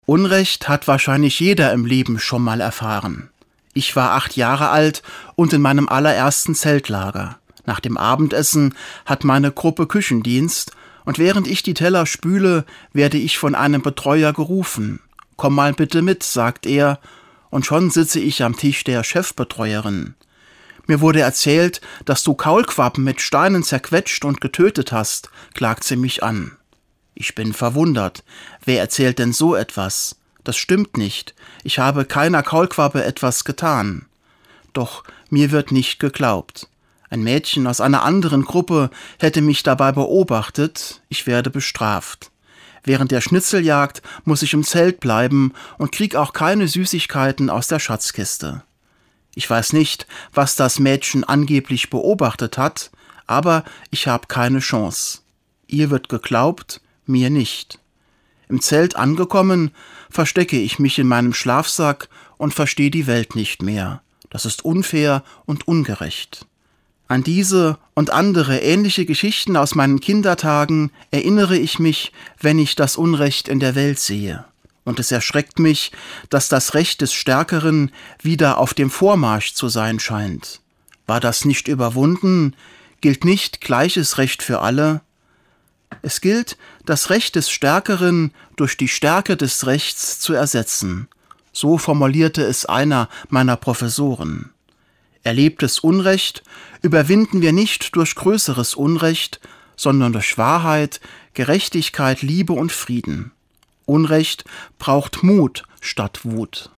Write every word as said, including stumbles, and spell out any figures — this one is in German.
Unrecht hat wahrscheinlich jeder im Leben schon mal erfahren. Ich war acht Jahre alt und in meinem allerersten Zeltlager. Nach dem Abendessen hat meine Gruppe Küchendienst und während ich die Teller spüle, werde ich von einem Betreuer gerufen. »Komm mal bitte mit«, sagt er, und schon sitze ich am Tisch der Chefbetreuerin. »Mir wurde erzählt, dass du Kaulquappen mit Steinen zerquetscht und getötet hast«, klagt sie mich an. Ich bin verwundert. Wer erzählt denn so etwas? Das stimmt nicht. Ich habe keiner Kaulquappe etwas getan. Doch mir wird nicht geglaubt. Ein Mädchen aus einer anderen Gruppe hätte mich dabei beobachtet. Ich werde bestraft. Während der Schnitzeljagd muss ich im Zelt bleiben und krieg auch keine Süßigkeiten aus der Schatzkiste. Ich weiß nicht, was das Mädchen angeblich beobachtet hat, aber ich habe keine Chance. Ihr wird geglaubt, mir nicht. Im Zelt angekommen, verstecke ich mich in meinem Schlafsack und verstehe die Welt nicht mehr. Das ist unfair und ungerecht. An diese und andere ähnliche Geschichten aus meinen Kindertagen erinnere ich mich, wenn ich das Unrecht in der Welt sehe. Und es erschreckt mich, dass das Recht des Stärkeren wieder auf dem Vormarsch zu sein scheint. War das nicht überwunden? Gilt nicht gleiches Recht für alle? Es gilt, das Recht des Stärkeren durch die Stärke des Rechts zu ersetzen. So formulierte es einer meiner Professoren. Erlebtes Unrecht überwinden wir nicht durch größeres Unrecht, sondern durch Wahrheit, Gerechtigkeit, Liebe und Frieden. Unrecht braucht Mut statt Wut.